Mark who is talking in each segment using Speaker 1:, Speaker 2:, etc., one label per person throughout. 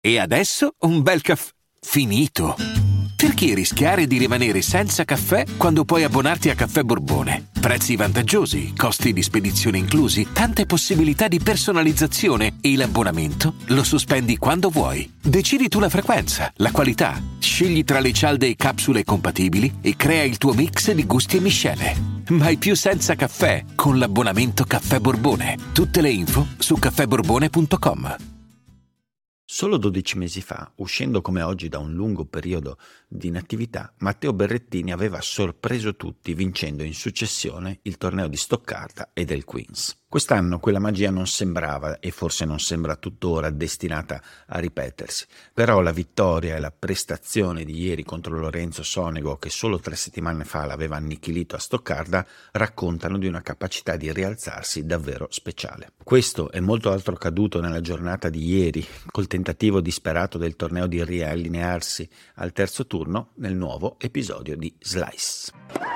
Speaker 1: E adesso un bel caffè finito. Perché rischiare di rimanere senza caffè quando puoi abbonarti a Caffè Borbone? Prezzi vantaggiosi, costi di spedizione inclusi, tante possibilità di personalizzazione e l'abbonamento lo sospendi quando vuoi. Decidi tu la frequenza, la qualità, scegli tra le cialde e capsule compatibili e crea il tuo mix di gusti e miscele. Mai più senza caffè con l'abbonamento Caffè Borbone. Tutte le info su caffèborbone.com.
Speaker 2: Solo 12 mesi fa, uscendo come oggi da un lungo periodo di inattività, Matteo Berrettini aveva sorpreso tutti vincendo in successione il torneo di Stoccarda e del Queen's. Quest'anno quella magia non sembrava, e forse non sembra tuttora, destinata a ripetersi, però la vittoria e la prestazione di ieri contro Lorenzo Sonego, che solo 3 settimane fa l'aveva annichilito a Stoccarda, raccontano di una capacità di rialzarsi davvero speciale. Questo e molto altro accaduto nella giornata di ieri, col tentativo disperato del torneo di riallinearsi al terzo turno, nel nuovo episodio di Slice.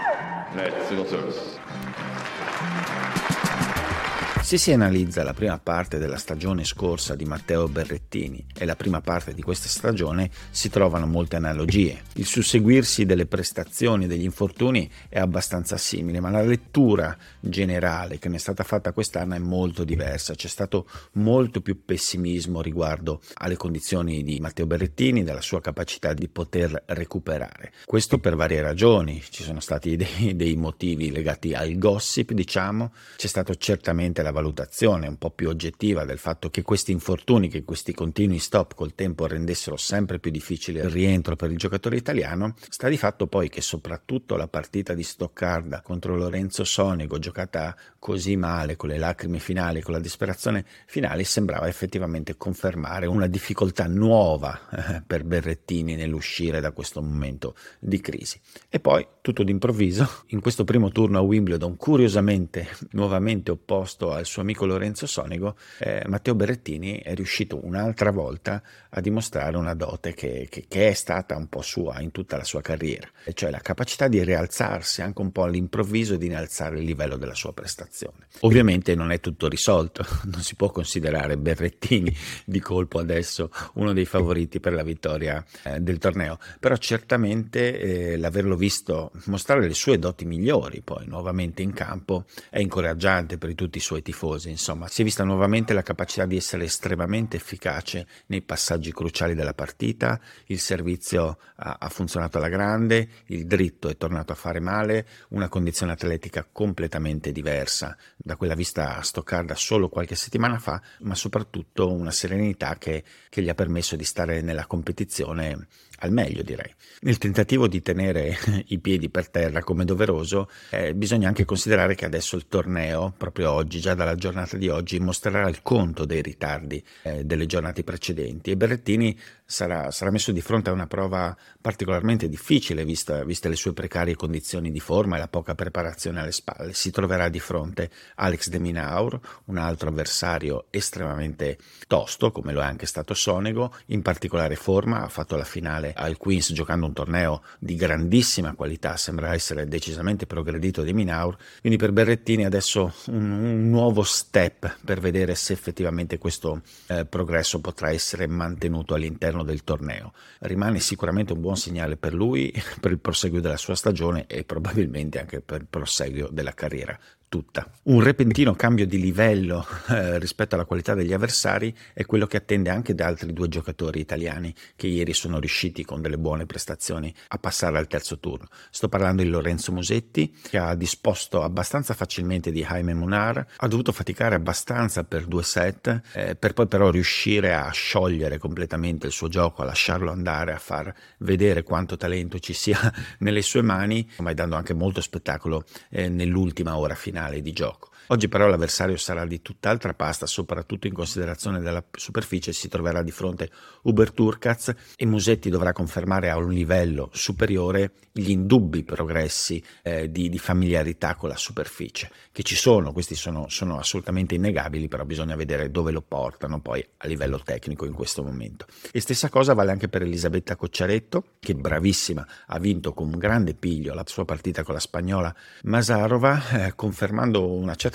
Speaker 2: Se si analizza la prima parte della stagione scorsa di Matteo Berrettini e la prima parte di questa stagione, si trovano molte analogie. Il susseguirsi delle prestazioni e degli infortuni è abbastanza simile, ma la lettura generale che ne è stata fatta quest'anno è molto diversa. C'è stato molto più pessimismo riguardo alle condizioni di Matteo Berrettini, della sua capacità di poter recuperare. Questo per varie ragioni. Ci sono stati dei motivi legati al gossip, diciamo. C'è stato certamente la valutazione un po' più oggettiva del fatto che questi infortuni, che questi continui stop col tempo rendessero sempre più difficile il rientro per il giocatore italiano. Sta di fatto poi che soprattutto la partita di Stoccarda contro Lorenzo Sonego, giocata così male, con le lacrime finali, con la disperazione finale, sembrava effettivamente confermare una difficoltà nuova per Berrettini nell'uscire da questo momento di crisi. E poi, tutto d'improvviso, in questo primo turno a Wimbledon, curiosamente nuovamente opposto al suo amico Lorenzo Sonego, Matteo Berrettini è riuscito un'altra volta a dimostrare una dote che è stata un po' sua in tutta la sua carriera, e cioè la capacità di rialzarsi anche un po' all'improvviso e di innalzare il livello della sua prestazione. Ovviamente non è tutto risolto, non si può considerare Berrettini di colpo adesso uno dei favoriti per la vittoria del torneo, però certamente l'averlo visto mostrare le sue doti migliori poi nuovamente in campo è incoraggiante per tutti i suoi tifosi. Insomma, si è vista nuovamente la capacità di essere estremamente efficace nei passaggi cruciali della partita, il servizio ha funzionato alla grande, il dritto è tornato a fare male, una condizione atletica completamente diversa da quella vista a Stoccarda solo qualche settimana fa, ma soprattutto una serenità che gli ha permesso di stare nella competizione al meglio, direi. Nel tentativo di tenere i piedi per terra come doveroso, bisogna anche considerare che adesso il torneo, proprio oggi, già dalla giornata di oggi, mostrerà il conto dei ritardi delle giornate precedenti, e Berrettini sarà messo di fronte a una prova particolarmente difficile viste le sue precarie condizioni di forma e la poca preparazione alle spalle. Si troverà di fronte Alex de Minaur, un altro avversario estremamente tosto, come lo è anche stato Sonego, in particolare forma, ha fatto la finale al Queen's giocando un torneo di grandissima qualità, sembra essere decisamente progredito de Minaur, quindi per Berrettini adesso un nuovo step per vedere se effettivamente questo progresso potrà essere mantenuto all'interno del torneo. Rimane sicuramente un buon segnale per lui, per il proseguio della sua stagione e probabilmente anche per il proseguio della carriera tutta. Un repentino cambio di livello rispetto alla qualità degli avversari è quello che attende anche da altri due giocatori italiani che ieri sono riusciti con delle buone prestazioni a passare al terzo turno. Sto parlando di Lorenzo Musetti, che ha disposto abbastanza facilmente di Jaime Munar, ha dovuto faticare abbastanza per 2 set per poi però riuscire a sciogliere completamente il suo gioco, a lasciarlo andare, a far vedere quanto talento ci sia nelle sue mani, ma dando anche molto spettacolo nell'ultima ora finale di gioco. Oggi però l'avversario sarà di tutt'altra pasta, soprattutto in considerazione della superficie. Si troverà di fronte Hubert Hurkacz e Musetti dovrà confermare a un livello superiore gli indubbi progressi di familiarità con la superficie, che ci sono, questi sono assolutamente innegabili, però bisogna vedere dove lo portano poi a livello tecnico in questo momento. E stessa cosa vale anche per Elisabetta Cocciaretto, che bravissima, ha vinto con un grande piglio la sua partita con la spagnola Masarova, confermando una certa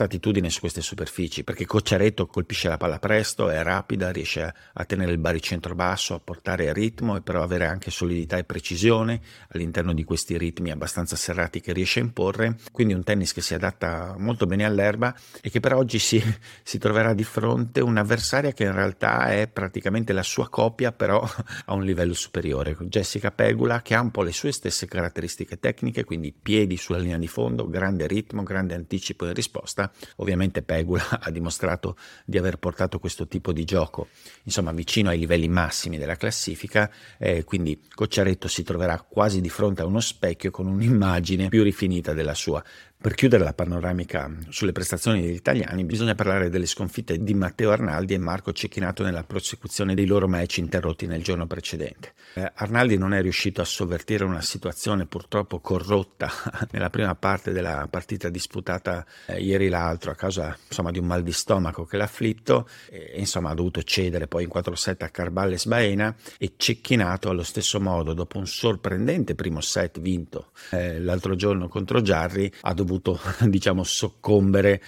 Speaker 2: certa attitudine su queste superfici, perché Cocciaretto colpisce la palla presto, è rapida, riesce a tenere il baricentro basso, a portare ritmo e però avere anche solidità e precisione all'interno di questi ritmi abbastanza serrati che riesce a imporre. Quindi un tennis che si adatta molto bene all'erba e che per oggi si troverà di fronte un'avversaria che in realtà è praticamente la sua copia, però a un livello superiore. Jessica Pegula, che ha un po' le sue stesse caratteristiche tecniche, quindi piedi sulla linea di fondo, grande ritmo, grande anticipo in risposta. Ovviamente Pegula ha dimostrato di aver portato questo tipo di gioco insomma vicino ai livelli massimi della classifica, quindi Cocciaretto si troverà quasi di fronte a uno specchio con un'immagine più rifinita della sua. Per chiudere la panoramica sulle prestazioni degli italiani bisogna parlare delle sconfitte di Matteo Arnaldi e Marco Cecchinato nella prosecuzione dei loro match interrotti nel giorno precedente. Arnaldi non è riuscito a sovvertire una situazione purtroppo corrotta nella prima parte della partita disputata ieri l'altro a causa insomma di un mal di stomaco che l'ha afflitto e insomma ha dovuto cedere poi in 4-7 a Carballes Baena, e Cecchinato allo stesso modo, dopo un sorprendente primo set vinto l'altro giorno contro Jarry, ha dovuto diciamo soccombere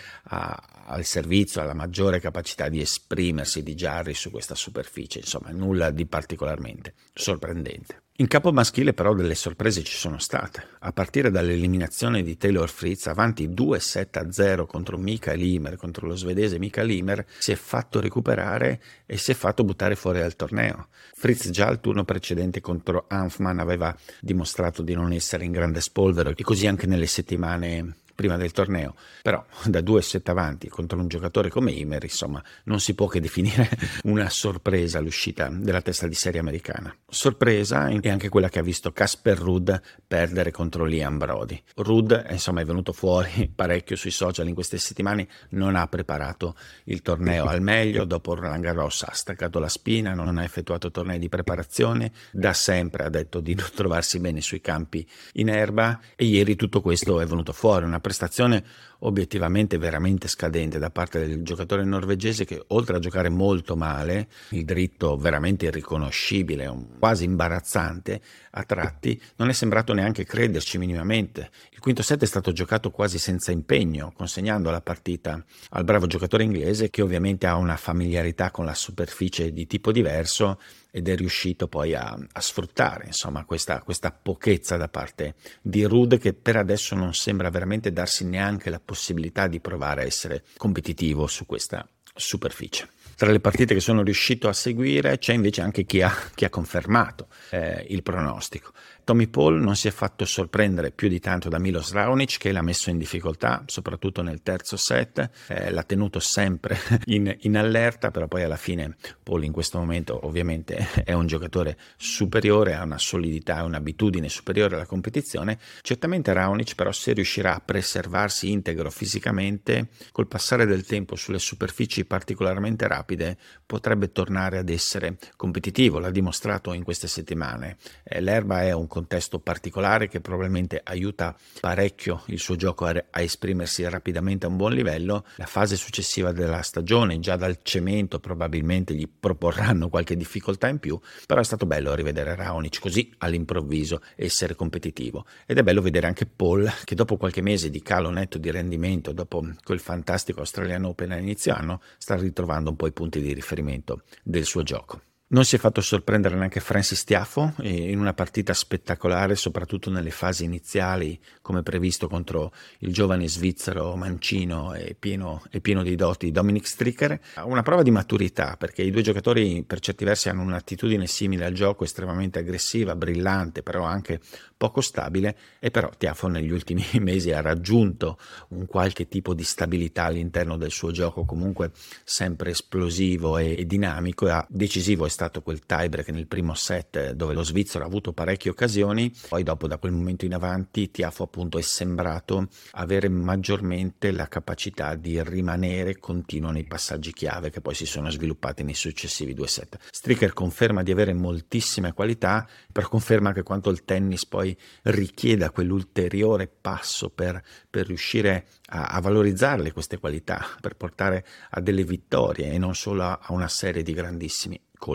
Speaker 2: al servizio, alla maggiore capacità di esprimersi di Jarry su questa superficie, insomma nulla di particolarmente sorprendente. In campo maschile però delle sorprese ci sono state, a partire dall'eliminazione di Taylor Fritz avanti 2-7-0 contro Mikael Ymer, contro lo svedese Mikael Ymer, si è fatto recuperare e si è fatto buttare fuori dal torneo. Fritz già al turno precedente contro Hanfmann aveva dimostrato di non essere in grande spolvero e così anche nelle settimane prima del torneo, però da 2-7 avanti contro un giocatore come Ymer, insomma, non si può che definire una sorpresa l'uscita della testa di serie americana. Sorpresa è anche quella che ha visto Casper Ruud perdere contro Liam Brody. Ruud, insomma, è venuto fuori parecchio sui social in queste settimane, non ha preparato il torneo al meglio, dopo Roland Garros ha staccato la spina, non ha effettuato tornei di preparazione, da sempre ha detto di non trovarsi bene sui campi in erba e ieri tutto questo è venuto fuori, una prestazione obiettivamente veramente scadente da parte del giocatore norvegese che, oltre a giocare molto male, il dritto veramente irriconoscibile, quasi imbarazzante a tratti, non è sembrato neanche crederci minimamente. Il quinto set è stato giocato quasi senza impegno, consegnando la partita al bravo giocatore inglese che ovviamente ha una familiarità con la superficie di tipo diverso ed è riuscito poi a sfruttare insomma questa pochezza da parte di Ruud, che per adesso non sembra veramente darsi neanche la possibilità di provare a essere competitivo su questa superficie. Tra le partite che sono riuscito a seguire c'è invece anche chi ha confermato il pronostico. Tommy Paul non si è fatto sorprendere più di tanto da Milos Raonic, che l'ha messo in difficoltà, soprattutto nel terzo set, l'ha tenuto sempre in allerta, però poi alla fine Paul in questo momento ovviamente è un giocatore superiore, ha una solidità e un'abitudine superiore alla competizione. Certamente Raonic però, se riuscirà a preservarsi integro fisicamente, col passare del tempo sulle superfici particolarmente rapide potrebbe tornare ad essere competitivo, l'ha dimostrato in queste settimane. L'erba è un contesto particolare che probabilmente aiuta parecchio il suo gioco a esprimersi rapidamente a un buon livello. La fase successiva della stagione, già dal cemento, probabilmente gli proporranno qualche difficoltà in più, però è stato bello rivedere Raonic così all'improvviso essere competitivo, ed è bello vedere anche Paul che dopo qualche mese di calo netto di rendimento, dopo quel fantastico Australian Open a inizio anno, sta ritrovando un po' i punti di riferimento del suo gioco. Non si è fatto sorprendere neanche Francis Tiafoe in una partita spettacolare, soprattutto nelle fasi iniziali, come previsto contro il giovane svizzero mancino e pieno di doti Dominic Stricker. Una prova di maturità, perché i due giocatori per certi versi hanno un'attitudine simile al gioco, estremamente aggressiva, brillante, però anche poco stabile, e però Tiafoe negli ultimi mesi ha raggiunto un qualche tipo di stabilità all'interno del suo gioco, comunque sempre esplosivo e dinamico. Decisivo è stato quel tiebreak nel primo set dove lo svizzero ha avuto parecchie occasioni, poi dopo da quel momento in avanti Tiafoe appunto è sembrato avere maggiormente la capacità di rimanere continuo nei passaggi chiave che poi si sono sviluppati nei successivi due set. Stricker conferma di avere moltissime qualità, però conferma che quanto il tennis poi richieda quell'ulteriore passo per riuscire a valorizzarle queste qualità, per portare a delle vittorie e non solo a una serie di grandissimi colpi.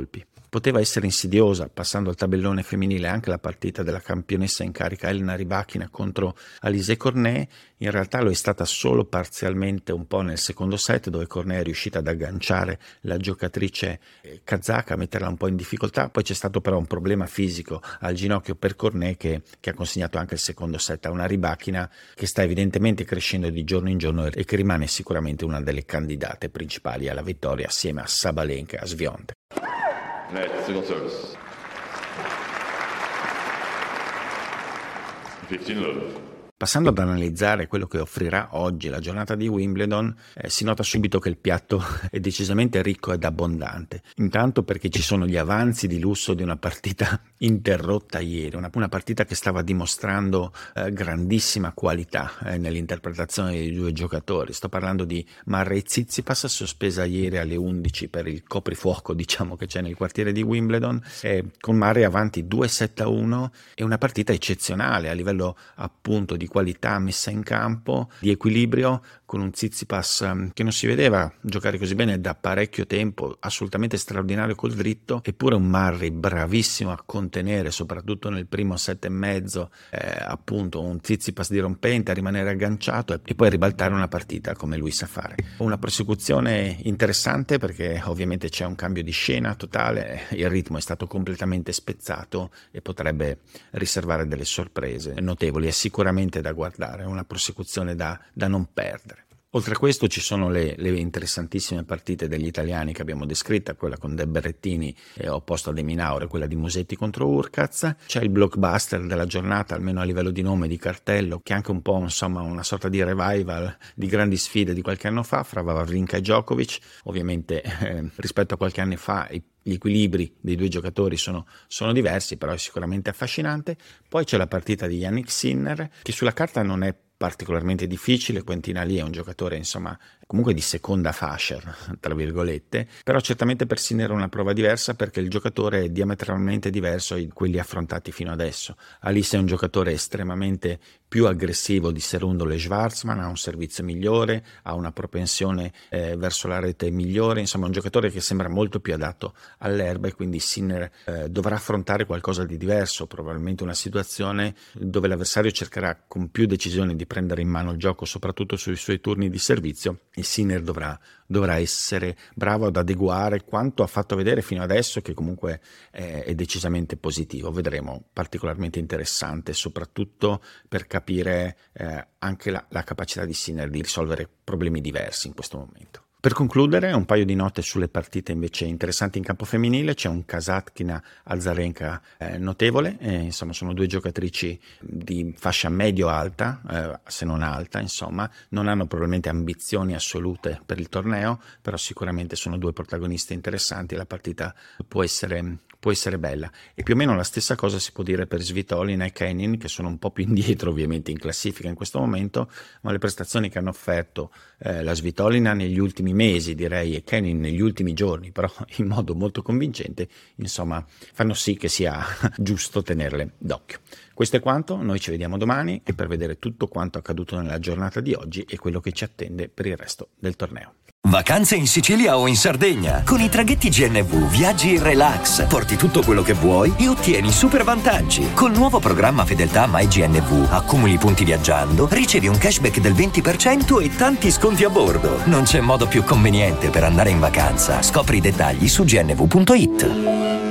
Speaker 2: poteva essere insidiosa. Passando al tabellone femminile, anche la partita della campionessa in carica Elena Rybakina contro Alizé Cornet, in realtà lo è stata solo parzialmente un po' nel secondo set, dove Cornet è riuscita ad agganciare la giocatrice kazaka, a metterla un po' in difficoltà. Poi c'è stato però un problema fisico al ginocchio per Cornet che ha consegnato anche il secondo set a una Rybakina che sta evidentemente crescendo di giorno in giorno e che rimane sicuramente una delle candidate principali alla vittoria assieme a Sabalenka e a Swiatek.
Speaker 3: Single service. 15-love.
Speaker 2: Passando ad analizzare quello che offrirà oggi la giornata di Wimbledon, si nota subito che il piatto è decisamente ricco ed abbondante. Intanto perché ci sono gli avanzi di lusso di una partita interrotta ieri, una partita che stava dimostrando grandissima qualità nell'interpretazione dei due giocatori. Sto parlando di Murray Tsitsipas, sospesa ieri alle 11 per il coprifuoco, diciamo, che c'è nel quartiere di Wimbledon, con Murray avanti 2-7-1, e una partita eccezionale a livello appunto di qualità messa in campo, di equilibrio, con un Tsitsipas che non si vedeva giocare così bene da parecchio tempo, assolutamente straordinario col dritto, eppure un Murray bravissimo a contenere, soprattutto nel primo set e mezzo, appunto un Tsitsipas dirompente, a rimanere agganciato e poi a ribaltare una partita come lui sa fare. Una prosecuzione interessante perché ovviamente c'è un cambio di scena totale, il ritmo è stato completamente spezzato e potrebbe riservare delle sorprese notevoli. È sicuramente da guardare, è una prosecuzione da non perdere. Oltre a questo ci sono le interessantissime partite degli italiani che abbiamo descritto, quella con De Berrettini opposto a De Minaur e quella di Musetti contro Urkaz. C'è il blockbuster della giornata, almeno a livello di nome, di cartello, che è anche un po' insomma una sorta di revival di grandi sfide di qualche anno fa fra Wawrinka e Djokovic. Ovviamente rispetto a qualche anno fa gli equilibri dei due giocatori sono diversi, però è sicuramente affascinante. Poi c'è la partita di Jannik Sinner, che sulla carta non è particolarmente difficile. Quentin Ali è un giocatore insomma comunque di seconda fascia, tra virgolette, però certamente per Sinner è una prova diversa perché il giocatore è diametralmente diverso da quelli affrontati fino adesso. Ali è un giocatore estremamente più aggressivo di Cerundolo e Schwartzman, ha un servizio migliore, ha una propensione verso la rete migliore, insomma un giocatore che sembra molto più adatto all'erba, e quindi Sinner dovrà affrontare qualcosa di diverso, probabilmente una situazione dove l'avversario cercherà con più decisione di prendere in mano il gioco, soprattutto sui suoi turni di servizio, e Sinner dovrà essere bravo ad adeguare quanto ha fatto vedere fino adesso, che comunque è decisamente positivo. Vedremo, particolarmente interessante, soprattutto per capire anche la capacità di Sinner di risolvere problemi diversi in questo momento. Per concludere, un paio di note sulle partite invece interessanti in campo femminile. C'è un Kasatkina-Azarenka notevole, insomma sono due giocatrici di fascia medio-alta, se non alta, insomma non hanno probabilmente ambizioni assolute per il torneo, però sicuramente sono due protagoniste interessanti e la partita può essere bella. E più o meno la stessa cosa si può dire per Svitolina e Kenin, che sono un po' più indietro ovviamente in classifica in questo momento, ma le prestazioni che hanno offerto la Svitolina negli ultimi mesi, direi, e Kenin negli ultimi giorni, però in modo molto convincente, insomma fanno sì che sia giusto tenerle d'occhio. Questo è quanto, noi ci vediamo domani e per vedere tutto quanto accaduto nella giornata di oggi e quello che ci attende per il resto del torneo.
Speaker 4: Vacanze in Sicilia o in Sardegna. Con i traghetti GNV viaggi in relax, porti tutto quello che vuoi e ottieni super vantaggi. Col nuovo programma Fedeltà MyGNV accumuli punti viaggiando, ricevi un cashback del 20% e tanti sconti a bordo. Non c'è modo più conveniente per andare in vacanza. Scopri i dettagli su gnv.it.